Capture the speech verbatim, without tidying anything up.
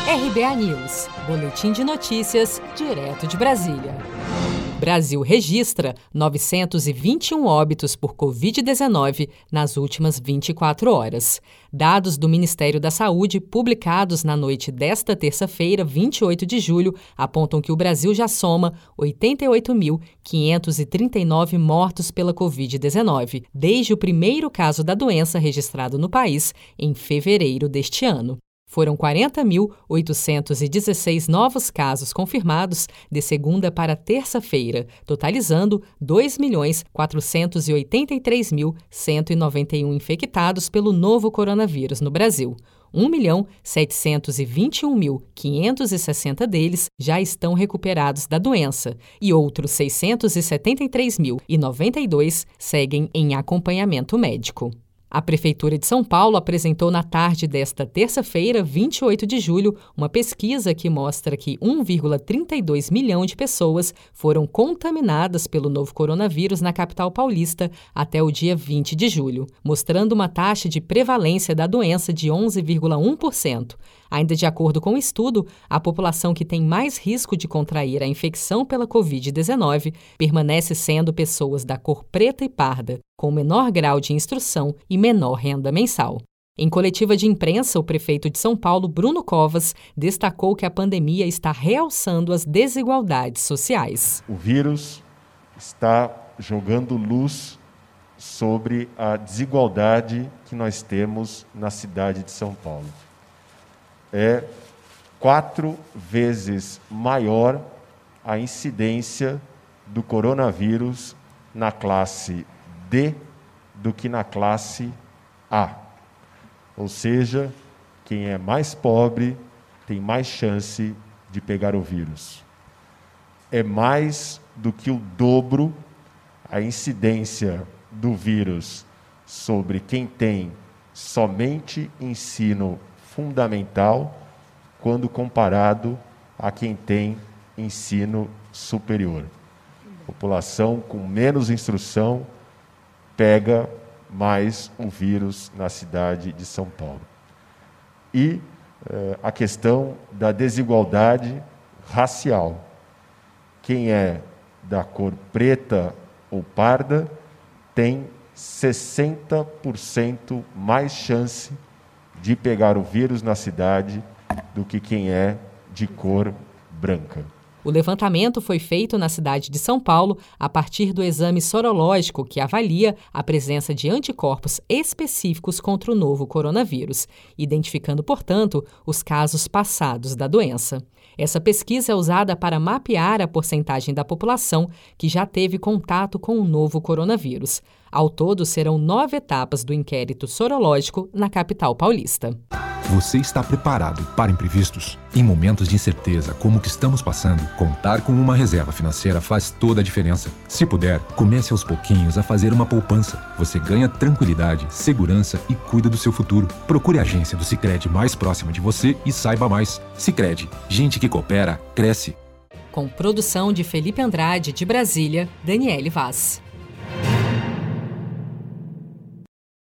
R B A News, boletim de notícias, direto de Brasília. Brasil registra novecentos e vinte e um óbitos por covid dezenove nas últimas vinte e quatro horas. Dados do Ministério da Saúde, publicados na noite desta terça-feira, vinte e oito de julho, apontam que o Brasil já soma oitenta e oito mil quinhentos e trinta e nove mortos pela covid dezenove, desde o primeiro caso da doença registrado no país em fevereiro deste ano. Foram quarenta mil oitocentos e dezesseis novos casos confirmados de segunda para terça-feira, totalizando dois milhões quatrocentos e oitenta e três mil cento e noventa e um infectados pelo novo coronavírus no Brasil. um milhão setecentos e vinte e um mil quinhentos e sessenta deles já estão recuperados da doença e outros seiscentos e setenta e três mil e noventa e dois seguem em acompanhamento médico. A Prefeitura de São Paulo apresentou na tarde desta terça-feira, vinte e oito de julho, uma pesquisa que mostra que um vírgula trinta e dois milhão de pessoas foram contaminadas pelo novo coronavírus na capital paulista até o dia vinte de julho, mostrando uma taxa de prevalência da doença de onze vírgula um por cento. Ainda de acordo com o estudo, a população que tem mais risco de contrair a infecção pela covid dezenove permanece sendo pessoas da cor preta e parda, com menor grau de instrução e menor renda mensal. Em coletiva de imprensa, o prefeito de São Paulo, Bruno Covas, destacou que a pandemia está realçando as desigualdades sociais. O vírus está jogando luz sobre a desigualdade que nós temos na cidade de São Paulo. É quatro vezes maior a incidência do coronavírus na classe D do que na classe A. Ou seja, quem é mais pobre tem mais chance de pegar o vírus. É mais do que o dobro a incidência do vírus sobre quem tem somente ensino fundamental quando comparado a quem tem ensino superior. População com menos instrução pega mais o vírus na cidade de São Paulo. E eh, a questão da desigualdade racial. Quem é da cor preta ou parda tem sessenta por cento mais chance de pegar o vírus na cidade do que quem é de cor branca. O levantamento foi feito na cidade de São Paulo a partir do exame sorológico que avalia a presença de anticorpos específicos contra o novo coronavírus, identificando, portanto, os casos passados da doença. Essa pesquisa é usada para mapear a porcentagem da população que já teve contato com o novo coronavírus. Ao todo, serão nove etapas do inquérito sorológico na capital paulista. Você está preparado para imprevistos? Em momentos de incerteza como o que estamos passando, contar com uma reserva financeira faz toda a diferença. Se puder, comece aos pouquinhos a fazer uma poupança. Você ganha tranquilidade, segurança e cuida do seu futuro. Procure a agência do Sicredi mais próxima de você e saiba mais. Sicredi, gente que coopera, cresce. Com produção de Felipe Andrade, de Brasília, Daniele Vaz.